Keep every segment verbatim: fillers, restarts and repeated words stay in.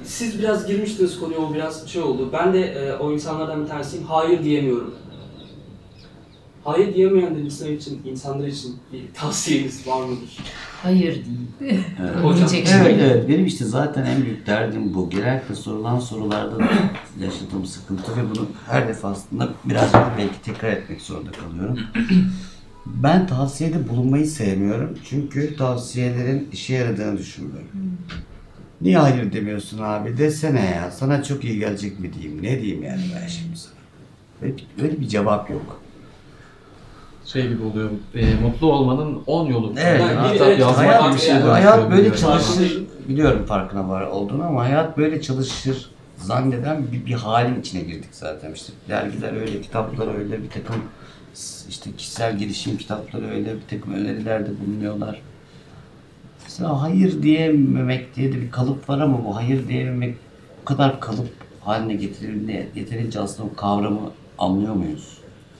siz biraz girmiştiniz konuya, o biraz şey oldu. Ben de e, o insanlardan bir tanesiyim. Hayır diyemiyorum. Hayır diyemeyen insanlar için, insanlar için bir tavsiyeniz var mıdır? Hayır değil. Evet. Hocam. Evet, evet. Benim işte zaten en büyük derdim bu. Genellikle sorulan sorularda da yaşadığım sıkıntı ve bunu her defasında birazcık belki tekrar etmek zorunda kalıyorum. Ben tavsiyede bulunmayı sevmiyorum. Çünkü tavsiyelerin işe yaradığını düşünmüyorum. Niye hayır demiyorsun abi? Desene ya. Sana çok iyi gelecek mi diyeyim? Ne diyeyim yani ben şimdi sana? Öyle, öyle bir cevap yok. Şey gibi oluyor, e, mutlu olmanın on yolu. Evet, yani evet, evet, yazmak hayat, gibi bir şey yani, dönüşüyor hayat böyle gibi. çalışır, biliyorum farkına var olduğunu ama hayat böyle çalışır zanneden bir, bir halin içine girdik zaten. İşte dergiler öyle, kitaplar öyle, bir takım işte kişisel gelişim kitapları öyle, bir takım önerilerde bulunuyorlar. Mesela hayır diyememek diye de bir kalıp var ama bu hayır diyememek o kadar kalıp haline getirildiğinde yeterince aslında o kavramı anlıyor muyuz?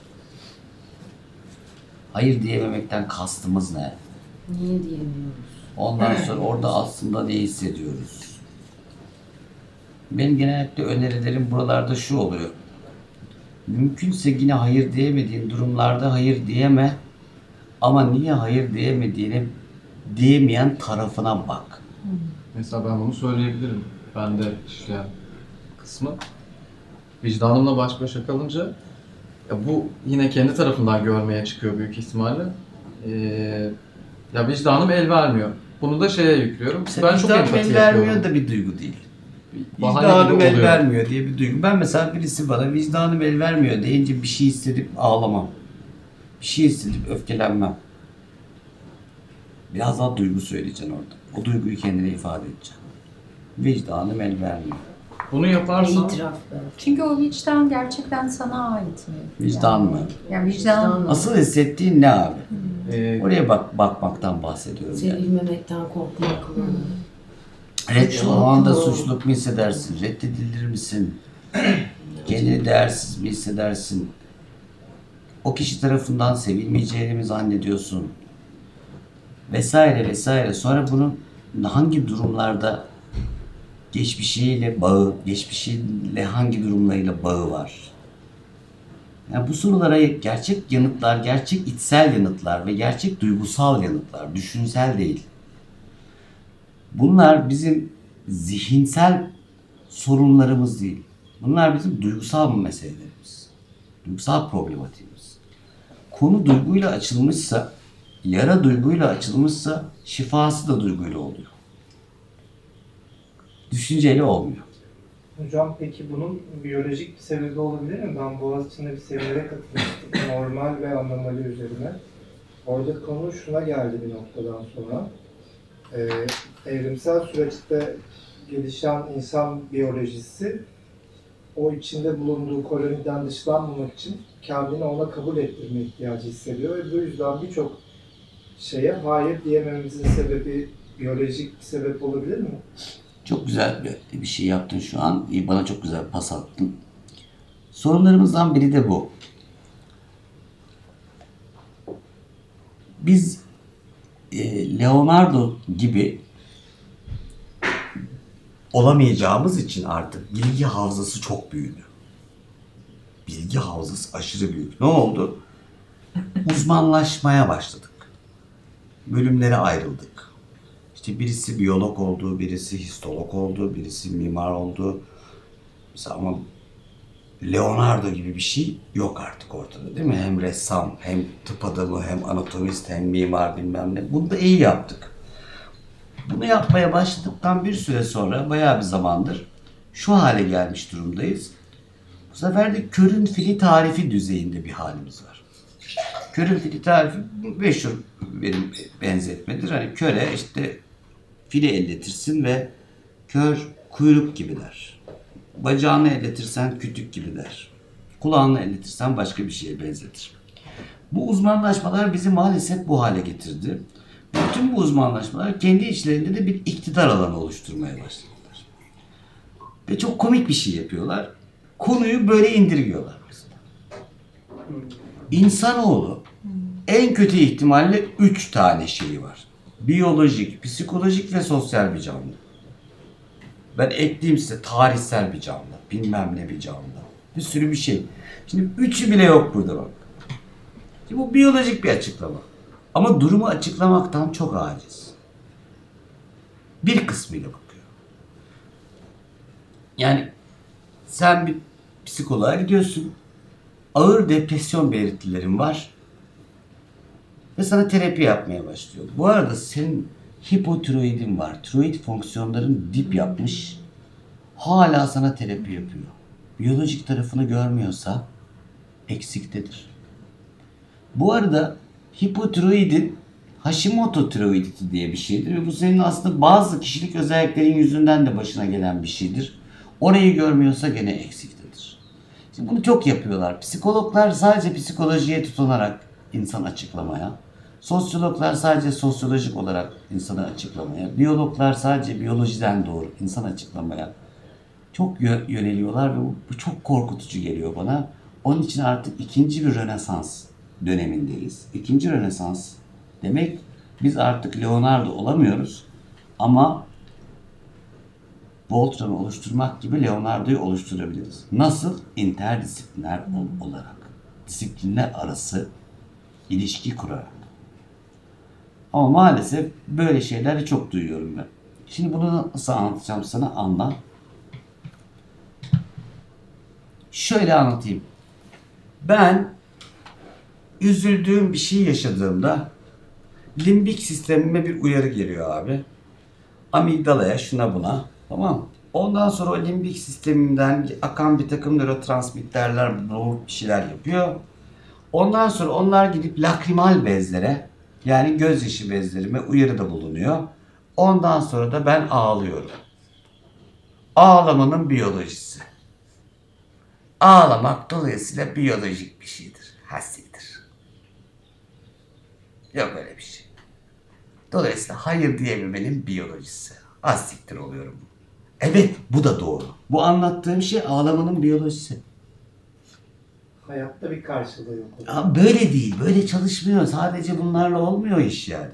Hayır diyememekten kastımız ne? Niye diyemiyoruz? Ondan sonra orada aslında ne hissediyoruz? Benim genellikle önerilerim buralarda şu oluyor. Mümkünse yine hayır diyemediğin durumlarda hayır diyeme ama niye hayır diyemediğini diyemeyen tarafına bak. Mesela ben bunu söyleyebilirim. Ben de işleyen kısmı. Vicdanımla baş başa kalınca ya bu yine kendi tarafından görmeye çıkıyor büyük ihtimalle. Ee, ya vicdanım el vermiyor. Bunu da şeye yüklüyorum. Mesela ben çok vicdanım empati el vermiyor yapıyorum. da bir duygu değil. Bahane Vicdanım gibi el oluyor. vermiyor diye bir duygu. Ben mesela birisi bana vicdanım el vermiyor deyince bir şey hissedip ağlamam. Bir şey hissedip öfkelenmem. Biraz daha duygu söyleyeceksin orada. O duyguyu kendine ifade edeceksin. Vicdanım el vermiyor. Bunu yaparsan İtiraf belki. Çünkü o vicdan gerçekten sana ait mi? Vicdan yani, mı? Yani vicdan, Vicdan. Asıl hissettiğin ne abi? e, Oraya bak bakmaktan bahsediyorum yani. Sevilmemekten korkmak mı? Red, o anda Suçluluk mu? suçluluk mu hissedersin? Reddedilir misin? Kendini değersiz mi hissedersin? O kişi tarafından sevilmeyeceğini mi zannediyorsun? Vesaire vesaire. Sonra bunun hangi durumlarda geçmişiyle bağı, geçmişiyle hangi durumlarıyla bağı var? Yani bu sorulara gerçek yanıtlar, gerçek içsel yanıtlar ve gerçek duygusal yanıtlar, düşünsel değil. Bunlar bizim zihinsel sorunlarımız değil. Bunlar bizim duygusal meselelerimiz. Duygusal problematiğimiz. Konu duyguyla açılmışsa, yara duyguyla açılmışsa şifası da duyguyla oluyor. Düşünceyle olmuyor. Hocam peki bunun biyolojik bir sebebi olabilir mi? Ben Boğaziçi'nde bir seminere katılmıştım. Normal ve anomali üzerine. Orada konu şuna geldi bir noktadan sonra. Ee, evrimsel süreçte gelişen insan biyolojisi o içinde bulunduğu koloniden dışlanmamak için kendini ona kabul ettirme ihtiyacı hissediyor ve bu yüzden birçok şeye hayır diyemememizin sebebi biyolojik bir sebep olabilir mi? Çok güzel bir, bir şey yaptın şu an. Bana çok güzel pas attın. Sorunlarımızdan biri de bu. Biz e, Leonardo gibi olamayacağımız için artık bilgi havzası çok büyüdü. Bilgi havzası aşırı büyük. Ne oldu? Uzmanlaşmaya başladık. Bölümlere ayrıldık. İşte birisi biyolog oldu, birisi histolog oldu, birisi mimar oldu. Mesela ama Leonardo gibi bir şey yok artık ortada değil mi? Hem ressam, hem tıp adamı, hem anatomist, hem mimar bilmem ne. Bunu da iyi yaptık. Bunu yapmaya başladıktan bir süre sonra, bayağı bir zamandır şu hale gelmiş durumdayız. Bu sefer de körün fili tarifi düzeyinde bir halimiz var. Körün fili tarifi meşhur benim benzetmedir. Hani köre işte fili elletirsin ve kör kuyruk gibi der. Bacağını elletirsen kütük gibi der. Kulağını elletirsen başka bir şeye benzetir. Bu uzmanlaşmalar bizi maalesef bu hale getirdi. Bütün bu uzmanlaşmalar kendi içlerinde de bir iktidar alanı oluşturmaya başladılar. Ve çok komik bir şey yapıyorlar. Konuyu böyle indirgiyorlar mesela. İnsanoğlu en kötü ihtimalle üç tane şeyi var. Biyolojik, psikolojik ve sosyal bir canlı. Ben ekleyeyim size tarihsel bir canlı, bilmem ne bir canlı. Bir sürü bir şey. Şimdi üçü bile yok burada bak. Şimdi bu biyolojik bir açıklama. Ama durumu açıklamaktan çok aciz. Bir kısmıyla bakıyor. Yani sen bir psikoloğa gidiyorsun. Ağır depresyon belirtilerin var. Ve sana terapi yapmaya başlıyor. Bu arada senin hipotiroidin var. Tiroid fonksiyonların dip yapmış. Hala sana terapi yapıyor. Biyolojik tarafını görmüyorsa eksiktedir. Bu arada hipotiroidin Hashimoto tiroiditi diye bir şeydir. Ve bu senin aslında bazı kişilik özelliklerin yüzünden de başına gelen bir şeydir. Orayı görmüyorsa gene eksiktedir. Şimdi bunu çok yapıyorlar. Psikologlar sadece psikolojiye tutunarak insan açıklamaya, sosyologlar sadece sosyolojik olarak insanı açıklamaya, biyologlar sadece biyolojiden doğru insan açıklamaya çok yö- yöneliyorlar ve bu, bu çok korkutucu geliyor bana. Onun için artık ikinci bir Rönesans dönemindeyiz. İkinci Rönesans demek biz artık Leonardo olamıyoruz ama Voltron'u oluşturmak gibi Leonardo'yu oluşturabiliriz. Nasıl? İnterdisipliner ol- olarak. Disiplinler arası ilişki kurarak. Ama maalesef böyle şeyleri çok duyuyorum ben. Şimdi bunu nasıl anlatacağım sana, anla. Şöyle anlatayım. Ben üzüldüğüm bir şey yaşadığımda limbik sistemime bir uyarı geliyor abi. Amigdalaya, şuna buna. Tamam mı? Ondan sonra o limbik sistemimden akan bir takım nörotransmitterler bir şeyler yapıyor. Ondan sonra onlar gidip lakrimal bezlere, yani gözyaşı bezlerime uyarıda bulunuyor. Ondan sonra da ben ağlıyorum. Ağlamanın biyolojisi. Ağlamak dolayısıyla biyolojik bir şeydir. Hassiktir. Yok öyle bir şey. Dolayısıyla hayır diyebilmenin biyolojisi. Hassiktir oluyorum. Evet, bu da doğru. Bu anlattığım şey ağlamanın biyolojisi. Hayatta bir karşılığı yok. Ya böyle değil, böyle çalışmıyor. Sadece bunlarla olmuyor iş yani.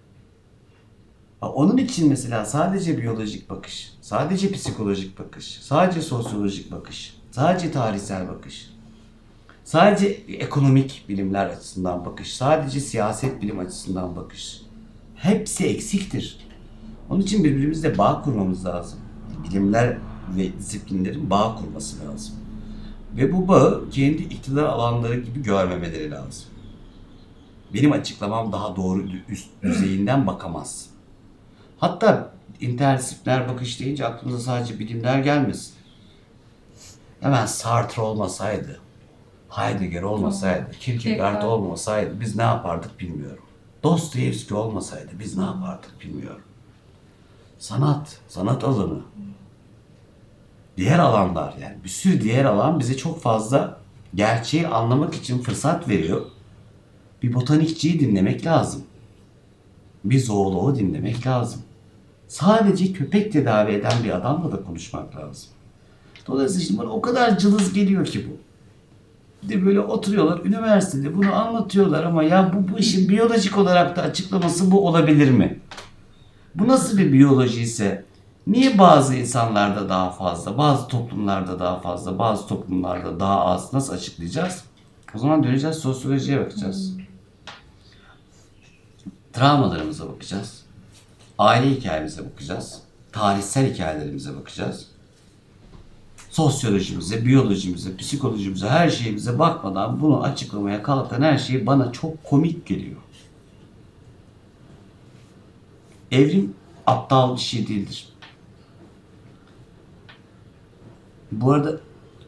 Onun için mesela sadece biyolojik bakış, sadece psikolojik bakış, sadece sosyolojik bakış, sadece tarihsel bakış, sadece ekonomik bilimler açısından bakış, sadece siyaset bilim açısından bakış. Hepsi eksiktir. Onun için birbirimizle bağ kurmamız lazım. Bilimler ve disiplinlerin bağ kurması lazım. Ve bu bağı kendi iktidar alanları gibi görmemeleri lazım. Benim açıklamam daha doğru üst düzeyinden bakamaz. Hatta interdisipliner bakış deyince aklımıza sadece bilimler gelmesin. Hemen Sartre olmasaydı, Heidegger olmasaydı, Kierkegaard olmasaydı biz ne yapardık bilmiyorum. Dostoyevski olmasaydı biz ne yapardık bilmiyorum. Sanat, sanat alanı. Diğer alanlar, yani bir sürü diğer alan bize çok fazla gerçeği anlamak için fırsat veriyor. Bir botanikçiyi dinlemek lazım. Bir zooloğu dinlemek lazım. Sadece köpek tedavi eden bir adamla da konuşmak lazım. Dolayısıyla şimdi bana o kadar cılız geliyor ki bu. Bir de böyle oturuyorlar üniversitede bunu anlatıyorlar ama ya bu, bu işin biyolojik olarak da açıklaması bu olabilir mi? Bu nasıl bir biyoloji ise niye bazı insanlarda daha fazla, bazı toplumlarda daha fazla, bazı toplumlarda daha az, nasıl açıklayacağız? O zaman döneceğiz sosyolojiye bakacağız. Travmalarımıza bakacağız. Aile hikayemize bakacağız. Tarihsel hikayelerimize bakacağız. Sosyolojimize, biyolojimize, psikolojimize, her şeyimize bakmadan bunu açıklamaya kalkan her şey bana çok komik geliyor. Evrim aptal bir şey değildir. Bu arada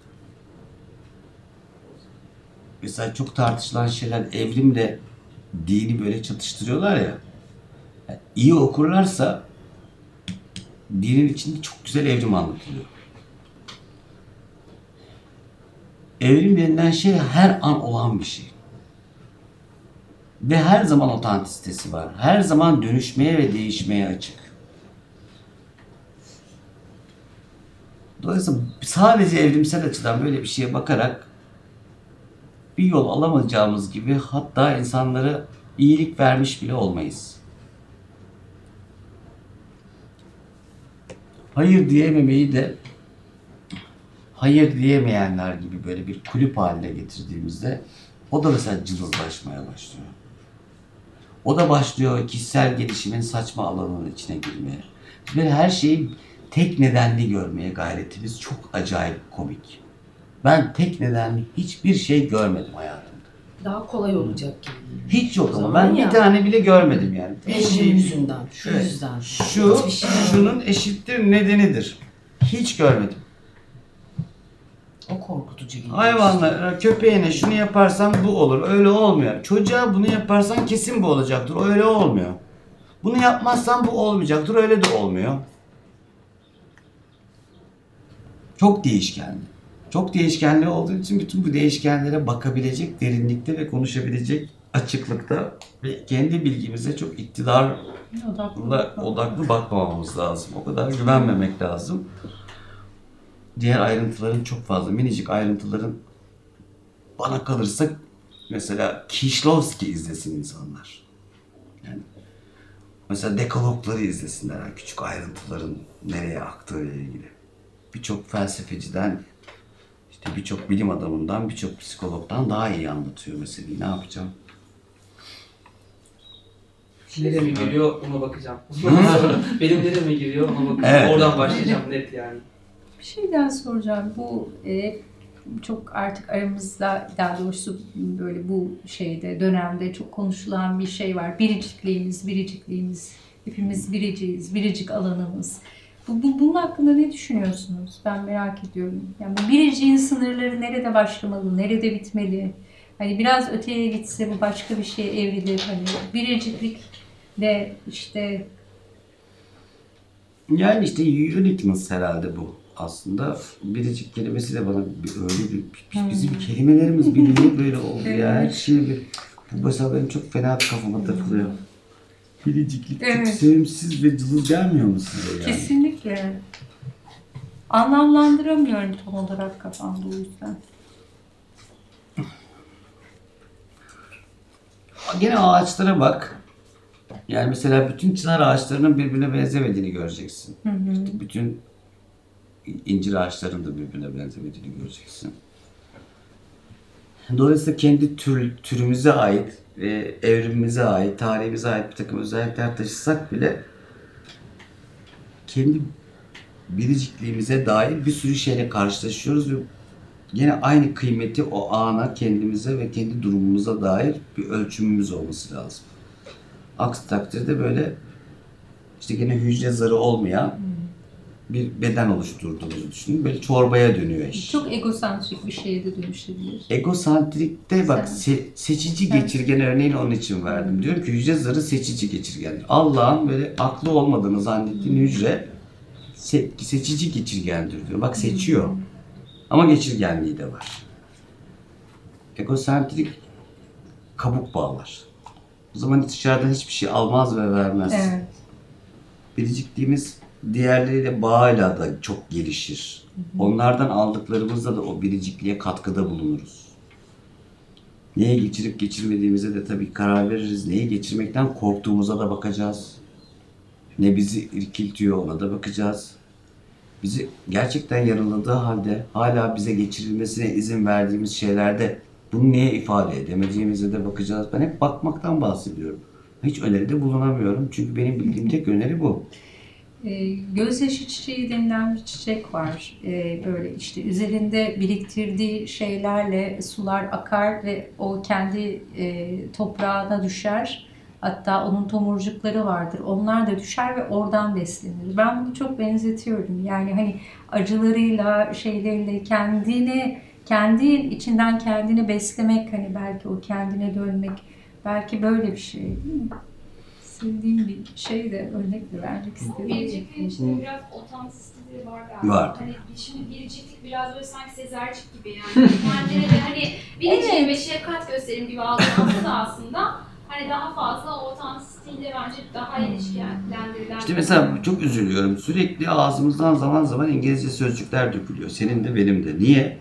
mesela çok tartışılan şeyler evrimle dini böyle çatıştırıyorlar ya. Yani iyi okurlarsa dinin içinde çok güzel evrim anlatılıyor. Evrim denilen şey her an olan bir şey. Ve her zaman otantisitesi var. Her zaman dönüşmeye ve değişmeye açık. Dolayısıyla sadece evrimsel açıdan böyle bir şeye bakarak bir yol alamayacağımız gibi hatta insanlara iyilik vermiş bile olmayız. hayır diyememeyi de hayır diyemeyenler gibi böyle bir kulüp haline getirdiğimizde o da mesela cılızlaşmaya başlıyor. O da başlıyor kişisel gelişimin saçma alanının içine girmeye. Böyle her şeyi tek nedenli görmeye gayretimiz çok acayip komik. Ben tek nedenli hiçbir şey görmedim hayatımda. Daha kolay olacak gibi. Hiç yok O ama zaman ben ya. bir tane bile görmedim yani. Eşim yüzünden, şu Evet. yüzden. Şu, Hiçbir şey şunun eşittir nedenidir. Hiç görmedim. O korkutucu geliyor. Hayvanlara, köpeğine şunu yaparsan bu olur. Öyle olmuyor. Çocuğa bunu yaparsan kesin bu olacaktır. Öyle olmuyor. Bunu yapmazsan bu olmayacaktır. Öyle de olmuyor. Çok değişkenli. Çok değişkenli olduğu için bütün bu değişkenlere bakabilecek derinlikte ve konuşabilecek açıklıkta ve kendi bilgimize çok iktidarla odaklı bakmamamız lazım. O kadar güvenmemek lazım. Diğer ayrıntıların çok fazla, minicik ayrıntıların bana kalırsa mesela Kieślowski izlesin insanlar. Yani mesela dekalogları izlesinler, yani küçük ayrıntıların nereye aktığıyla ilgili. Birçok felsefeciden, işte birçok bilim adamından, birçok psikologdan daha iyi anlatıyor meseleyi. Ne yapacağım? Nereye giriyor ona bakacağım. Benim nereye giriyor ona bakacağım. Evet. Oradan başlayacağım net yani. Bir şey daha soracağım. Bu e, çok artık aramızda, daha doğrusu böyle bu şeyde, dönemde çok konuşulan bir şey var. Biricikliğimiz, biricikliğimiz. Hepimiz biriciyiz, biricik alanımız. Bu, bu, bunun hakkında ne düşünüyorsunuz? Ben merak ediyorum. Yani bu biriciğin sınırları nerede başlamalı, nerede bitmeli? Hani biraz öteye gitse bu başka bir şeye evrilir. Hani biriciklik de işte... Yani işte uniqueness herhalde bu aslında. Biricik kelimesi de bana bir, öyle bir, biz- bizim kelimelerimiz bir niye böyle oldu ya. Her şey bir, bu mesela benim çok fena kafama takılıyor. Biriciklik çok Evet. sevimsiz ve cılız gelmiyor mu size yani? Kesinlikle. Anlamlandıramıyorum tam olarak kafamda o yüzden. Gene ağaçlara bak. Yani mesela bütün çınar ağaçlarının birbirine benzemediğini göreceksin. Hı hı. İşte bütün incir ağaçlarının da birbirine benzemediğini göreceksin. Dolayısıyla kendi tür, türümüze ait, ve evrimimize ait, tarihimize ait bir takım özellikler taşısak bile kendi biricikliğimize dair bir sürü şeyle karşılaşıyoruz ve yine aynı kıymeti o ana kendimize ve kendi durumumuza dair bir ölçümümüz olması lazım. Aksi takdirde böyle işte gene hücre zarı olmayan bir beden oluşturduğumuzu düşünün. Böyle çorbaya dönüyor iş. Çok egosantrik bir şeye de dönüşebilir. Egosantrikte bak Sen- se- seçici Evet. geçirgen örneğini onun için verdim. Diyorum ki hücre zarı seçici geçirgen. Allah'ın böyle aklı olmadığını zannettiğin hücre se- seçici geçirgendir diyor. Bak seçiyor. Ama geçirgenliği de var. Egosantrik kabuk bağlar. O zaman dışarıdan hiçbir şey almaz ve vermez. Evet. Biricikliğimiz diğerleriyle bağıyla da çok gelişir. Onlardan aldıklarımızla da o biricikliğe katkıda bulunuruz. Neye geçirip geçirmediğimize de tabii karar veririz. Neyi geçirmekten korktuğumuza da bakacağız. Ne bizi irkiltiyor ona da bakacağız. Bizi gerçekten yaraladığı halde hala bize geçirilmesine izin verdiğimiz şeylerde bunu niye ifade edemediğimize de bakacağız. Ben hep bakmaktan bahsediyorum. Hiç öneride bulunamıyorum. Çünkü benim bildiğim tek öneri bu. E, gözyaşı çiçeği denilen bir çiçek var. E, böyle işte üzerinde biriktirdiği şeylerle sular akar ve o kendi e, toprağına düşer. Hatta onun tomurcukları vardır. Onlar da düşer ve oradan beslenir. Ben bunu çok benzetiyorum. Yani hani acılarıyla, şeyleriyle kendini, kendi içinden kendini beslemek, hani belki o kendine dönmek, belki böyle bir şey değil mi? Sevdiğim bir şey de örnek de vermek istedim. Biricikliğin içinde biraz otantisizliği var galiba. Var. Hani şimdi biriciklik biraz böyle sanki sezercik gibi yani. Kendine de hani biriciğim ve şefkat gösterim gibi algılansa da aslında hani daha fazla o otantisizliğiyle bence daha ilişkilendirilen. İşte mesela çok üzülüyorum. Sürekli ağzımızdan zaman zaman İngilizce sözcükler dökülüyor. Senin de benim de. Niye?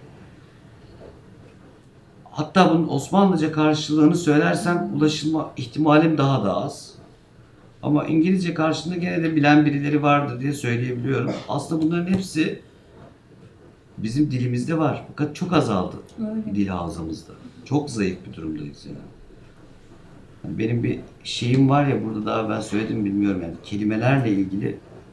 Hatta bunun Osmanlıca karşılığını söylersem ulaşılma ihtimalim daha da az. Ama İngilizce karşısında gene de bilen birileri vardır diye söyleyebiliyorum. Aslında bunların hepsi bizim dilimizde var. Fakat çok azaldı Öyle. dil hafızamızda. Çok zayıf bir durumdayız yani. Yani benim bir şeyim var ya, burada daha ben söyledim bilmiyorum yani, kelimelerle ilgili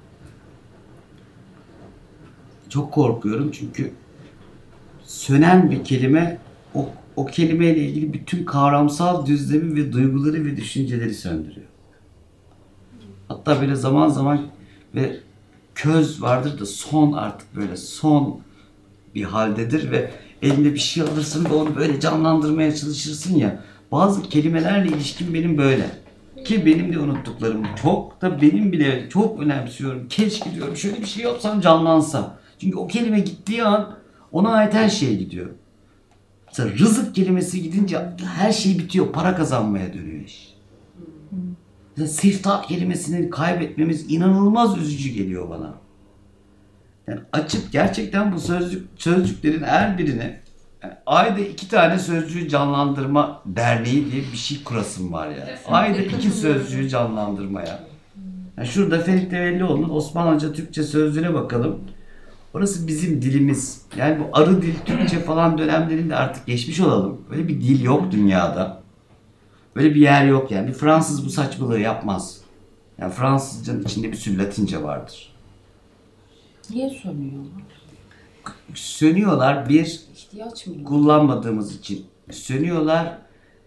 çok korkuyorum çünkü sönen bir kelime o, o kelimeyle ilgili bütün kavramsal düzlemi ve duyguları ve düşünceleri söndürüyor. Hatta böyle zaman zaman ve köz vardır da son, artık böyle son bir haldedir ve elinde bir şey alırsın ve onu böyle canlandırmaya çalışırsın ya. Bazı kelimelerle ilişkim benim böyle. Ki benim de unuttuklarım çok da benim bile çok önemsiyorum. Keşke diyorum şöyle bir şey yapsam canlansa. Çünkü o kelime gittiği an ona ait her şey gidiyor. Mesela rızık kelimesi gidince her şey bitiyor. Para kazanmaya dönüyor iş. Mesela siftah kelimesini kaybetmemiz inanılmaz üzücü geliyor bana. Yani açıp gerçekten bu sözcük, sözcüklerin her birine yani ayda iki tane sözcüğü canlandırma derneği diye bir şey kurasım var yani. Ayda iki sözcüğü canlandırmaya. Yani şurada Ferit Devellioğlu'nun Osmanlıca Türkçe sözlüğüne bakalım. Orası bizim dilimiz. Yani bu arı dil Türkçe falan dönemlerinde artık geçmiş olalım. Böyle bir dil yok dünyada. Böyle bir yer yok yani. Bir Fransız bu saçmalığı yapmaz. Yani Fransızcanın içinde bir sürü Latince vardır. Niye sönüyorlar? Sönüyorlar bir, İhtiyaç mı? kullanmadığımız için. Sönüyorlar.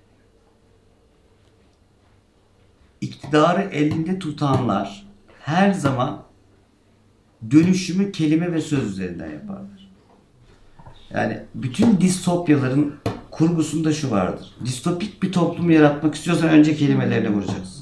İktidarı elinde tutanlar her zaman dönüşümü kelime ve söz üzerinden yaparlar. Yani bütün distopyaların kurgusunda şu vardır. Distopik bir toplum yaratmak istiyorsan önce kelimelerine vuracaksın.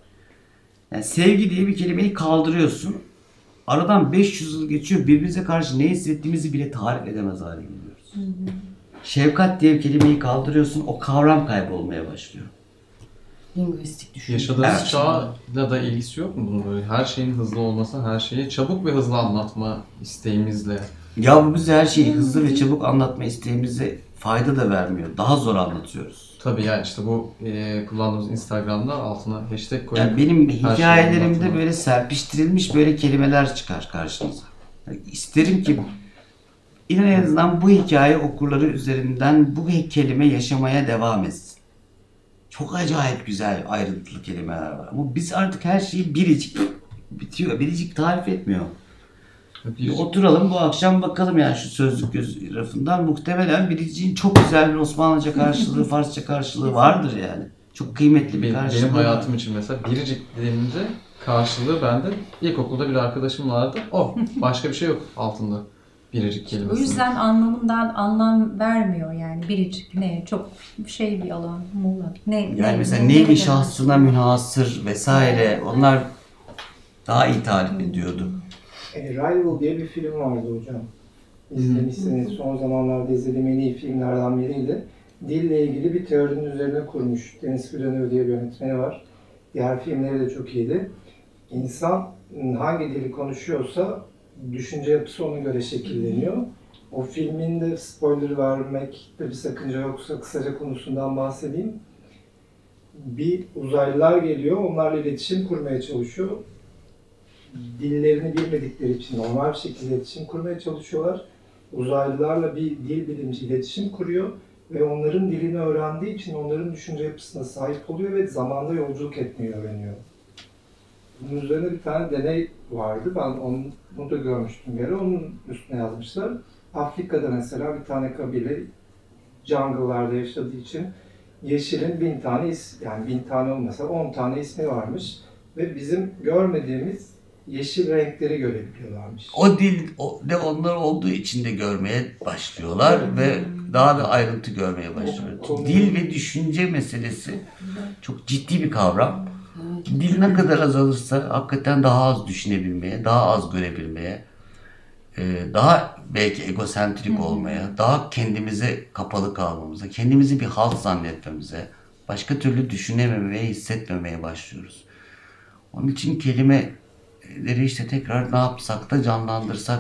Yani sevgi diye bir kelimeyi kaldırıyorsun. Aradan beş yüz yıl geçiyor. Birbirimize karşı ne hissettiğimizi bile tarif edemez hale geliyoruz. Hı hı. Şefkat diye bir kelimeyi kaldırıyorsun. O kavram kaybolmaya başlıyor. Lingüistik düşünce. Yaşadığımız Evet. çağla da ilgisi yok mu bunun böyle? Her şeyin hızlı olması, her şeyi çabuk ve hızlı anlatma isteğimizle. Ya bu bize her şeyi hızlı ve çabuk anlatma isteğimize fayda da vermiyor. Daha zor anlatıyoruz. Tabii yani işte bu e, kullandığımız Instagram'da altına hashtag koyup Yani benim her şeyi hikayelerimde anlatma. böyle serpiştirilmiş böyle kelimeler çıkar karşınıza. Yani isterim ki yine en azından bu hikaye okurları üzerinden bu kelime yaşamaya devam etsin. Çok acayip güzel ayrıntılı kelimeler var. Ama biz artık her şeyi biricik bitiyor. Biricik tarif etmiyor. Bir Bir, oturalım bu akşam bakalım yani şu sözlük göz rafından muhtemelen biriciğin çok güzel bir Osmanlıca karşılığı, Farsça karşılığı vardır yani. Çok kıymetli bir benim, karşılığı benim var. hayatım için mesela biricik denince karşılığı bende ilkokulda bir arkadaşım vardı. O başka bir şey yok altında biricik O kelimesi. yüzden anlamından anlam vermiyor yani biricik ne çok şey bir alan muğlak ne Yani ne, mesela ne- nevi ne- şahsına münhasır vesaire onlar daha iyi tarif ediyordu. E, Rival diye bir film vardı hocam. İzlemişsiniz. Son zamanlarda izlediğim en iyi filmlerden biriydi. Dille ilgili bir teorinin üzerine kurmuş. Denis Villeneuve diye bir yönetmeni var. Diğer filmleri de çok iyiydi. İnsan hangi dili konuşuyorsa düşünce yapısı ona göre şekilleniyor. O filmin de spoiler vermekte bir sakınca yoksa kısaca konusundan bahsedeyim. Bir uzaylılar geliyor, onlarla iletişim kurmaya çalışıyor. Dillerini bilmedikleri için normal bir şekilde iletişim kurmaya çalışıyorlar. Uzaylılarla bir dil bilimci iletişim kuruyor ve onların dilini öğrendiği için onların düşünce yapısına sahip oluyor ve zamanda yolculuk etmeyi öğreniyor. Bunun üzerine bir tane deney vardı. Ben onu da görmüştüm bir ara. Onun üstüne yazmışlar. Afrika'da mesela bir tane kabile jungle'larda yaşadığı için yeşilin bin tane is yani bin tane olmasa on tane ismi varmış ve bizim görmediğimiz yeşil renkleri görebiliyorlarmış. O dil o, de onlar olduğu için de görmeye başlıyorlar ve daha da ayrıntı görmeye başlıyorlar. O- o- Dil ve düşünce meselesi çok ciddi bir kavram. Dil ne kadar azalırsa hakikaten daha az düşünebilmeye, daha az görebilmeye, e, daha belki egosentrik olmaya, daha kendimize kapalı kalmamıza, kendimizi bir halt zannetmemize, başka türlü düşünememeye, hissetmemeye başlıyoruz. Onun için kelimeleri işte tekrar ne yapsak da canlandırsak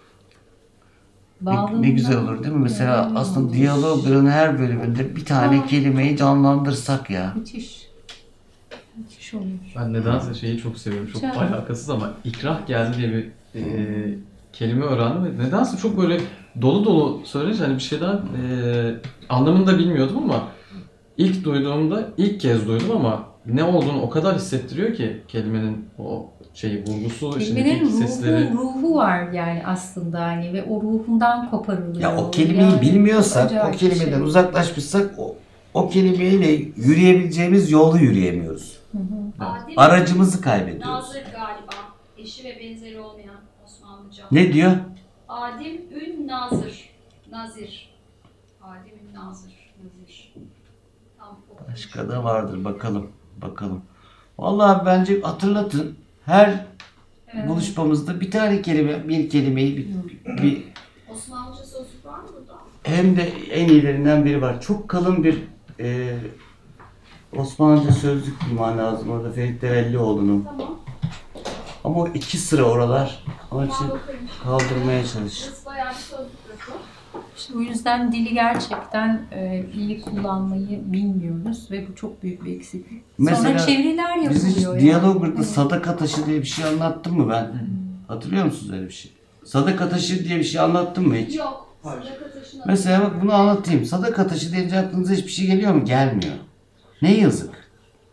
ne, ne güzel olur değil mi? Mesela Hmm. aslında diyalogların her bölümünde bir tane kelimeyi canlandırsak ya. Müthiş. Müthiş oluyor. Ben nedense şeyi çok seviyorum. Çok Güzel. alakasız ama ikrah geldi diye bir e, kelime öğrendim ve nedense çok böyle dolu dolu söyleyince hani bir şeyden e, anlamını da bilmiyordum ama ilk duyduğumda ilk kez duydum ama ne olduğunu o kadar hissettiriyor ki kelimenin o şeyi vurgusu, Kelimenin içindeki ruhu, sesleri. ruhu var yani aslında hani ve o ruhundan koparılıyor. Ya o kelimeyi Yani bilmiyorsak, acayip o bir kelimeden şey. uzaklaşmışsak o, o kelimeyle yürüyebileceğimiz yolu yürüyemiyoruz. Hı hı. Adil Aracımızı kaybediyoruz. Nazır galiba. Eşi ve benzeri olmayan Osmanlıca. Ne diyor? Adim ün nazır. Nazir. Adim ün nazır. Nazir. Tam okumuş. Başka da vardır, bakalım. Bakalım. Vallahi bence hatırlatın. Her Evet. buluşmamızda bir tane kelime, bir kelimeyi bir, bir Osmanlıca sözlük var mı burada? hem de en iyilerinden biri var. Çok kalın bir e, Osmanlıca sözlük bulman lazım orada Ferit Devellioğlu'nun. Tamam. Ama o iki sıra oralar. Onun Ben için bakarım. kaldırmaya çalış. Burası bayağı bir sözlük burası. İşte o yüzden dili gerçekten e, iyi kullanmayı bilmiyoruz ve bu çok büyük bir eksiklik. Sonra Mesela çeviriler Biz hiç yapılıyor. Diyalogur'da yani. sadaka taşı diye bir şey anlattım mı ben? Hatırlıyor musunuz öyle bir şey? Sadaka taşı diye bir şey anlattım mı hiç? Yok. Sadaka taşına. Mesela bak bunu anlatayım. Sadaka taşı deyince aklınıza hiçbir şey geliyor mu? Gelmiyor. Ne yazık.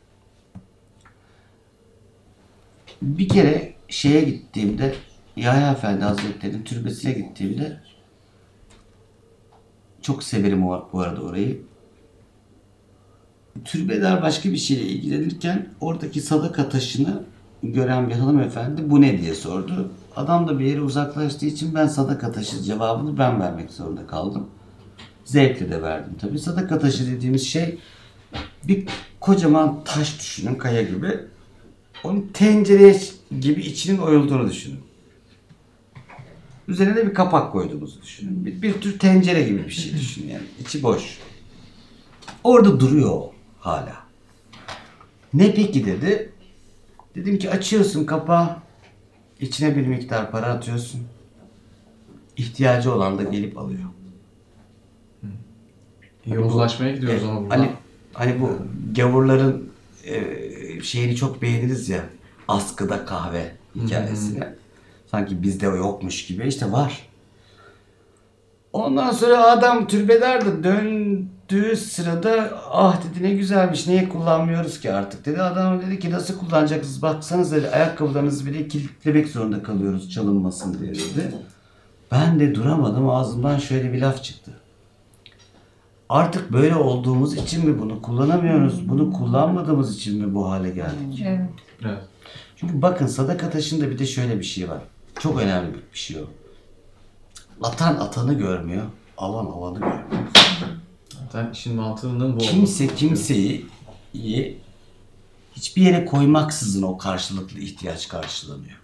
Bir kere şeye gittiğimde Yahya Efendi Hazretleri'nin türbesine gittiğimde çok severim o, bu arada orayı. Türbeler başka bir şeyle ilgilenirken oradaki sadaka taşını gören bir hanımefendi bu ne diye sordu. Adam da bir yere uzaklaştığı için ben sadaka taşı cevabını ben vermek zorunda kaldım. Zevkle de verdim tabii. Sadaka taşı dediğimiz şey bir kocaman taş düşünün, kaya gibi. Onun tencere gibi içinin oyulduğunu düşünün. Üzerine de bir kapak koyduğumuzu düşünün. Bir, bir tür tencere gibi bir şey düşünün yani. İçi boş. Orada duruyor o hala. Ne peki dedi. Dedim ki açıyorsun kapağı. İçine bir miktar para atıyorsun. İhtiyacı olan da gelip alıyor. Yozlaşmaya gidiyoruz ama burada. Hani hani bu gavurların e, şeyini çok beğeniriz ya. Askıda kahve hikayesini. Sanki bizde yokmuş gibi. İşte var. Ondan sonra adam türbelerde döndüğü sırada ah dedi ne güzelmiş niye kullanmıyoruz ki artık dedi. Adam dedi ki nasıl kullanacaksınız baksanız dedi ayakkabılarınızı bile kilitlemek zorunda kalıyoruz çalınmasın diye dedi. Ben de duramadım ağzımdan şöyle bir laf çıktı. Artık böyle olduğumuz için mi bunu kullanamıyoruz? Bunu kullanmadığımız için mi bu hale geldik? Evet. Evet. Çünkü bakın sadaka taşında bir de şöyle bir şey var. Çok önemli bir şey o. Atan atanı görmüyor, alan alanı görmüyor. Zaten işin mantığının bu Kimse olması. kimseyi iyi, hiçbir yere koymaksızın o karşılıklı ihtiyaç karşılanıyor.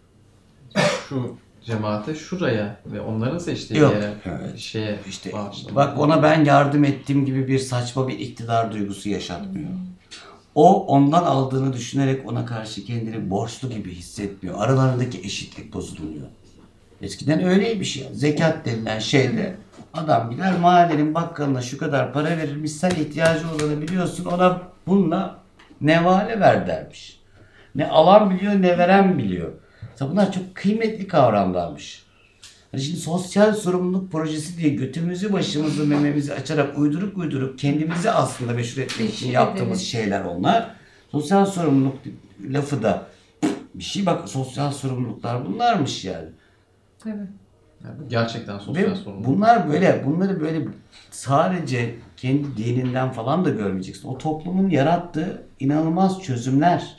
Şu cemaate şuraya ve onların seçtiği Yok, yere, evet. şeye İşte bağışlamak. bak ona ben yardım ettiğim gibi bir saçma bir iktidar duygusu yaşatmıyor. O ondan aldığını düşünerek ona karşı kendini borçlu gibi hissetmiyor. Aralarındaki eşitlik bozuluyor. Eskiden öyleymiş ya. Zekat denilen şeyde adam gider mahallenin bakkalına şu kadar para verirmiş. Sen ihtiyacı olanı biliyorsun ona bununla nevale ver dermiş. Ne alan biliyor ne veren biliyor. Mesela bunlar çok kıymetli kavramlarmış. Hani şimdi sosyal sorumluluk projesi diye götümüzü başımızı mememizi açarak uydurup uydurup kendimizi aslında meşhur etmek için yaptığımız şeyler onlar. Sosyal sorumluluk lafı da bir şey bak sosyal sorumluluklar bunlarmış yani. Tabii. Yani bu gerçekten sosyal Ve sorumluluk. bunlar böyle, bunları böyle sadece kendi dininden falan da görmeyeceksin. O toplumun yarattığı inanılmaz çözümler.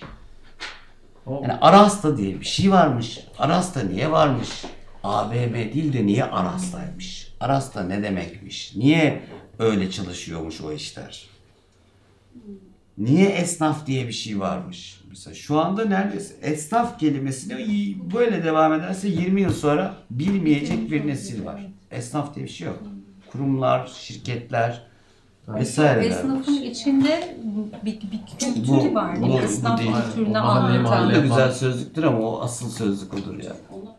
O- Yani Arasta diye bir şey varmış. Arasta niye varmış? A V M değil de niye Arasta'ymış? Arasta ne demekmiş? Niye öyle çalışıyormuş o işler? Niye esnaf diye bir şey varmış? Mesela şu anda neredeyse esnaf kelimesini böyle devam ederse yirmi yıl sonra bilmeyecek bir nesil var. Esnaf diye bir şey yok. Kurumlar, şirketler vesaireler. Esnafın içinde bir, bir kültürü Bu- var. bu- Esnaf bu değil. kültürünü O mahalle- anlatan. O mahalle- da güzel sözlüktür ama o asıl sözlük odur ya. Onu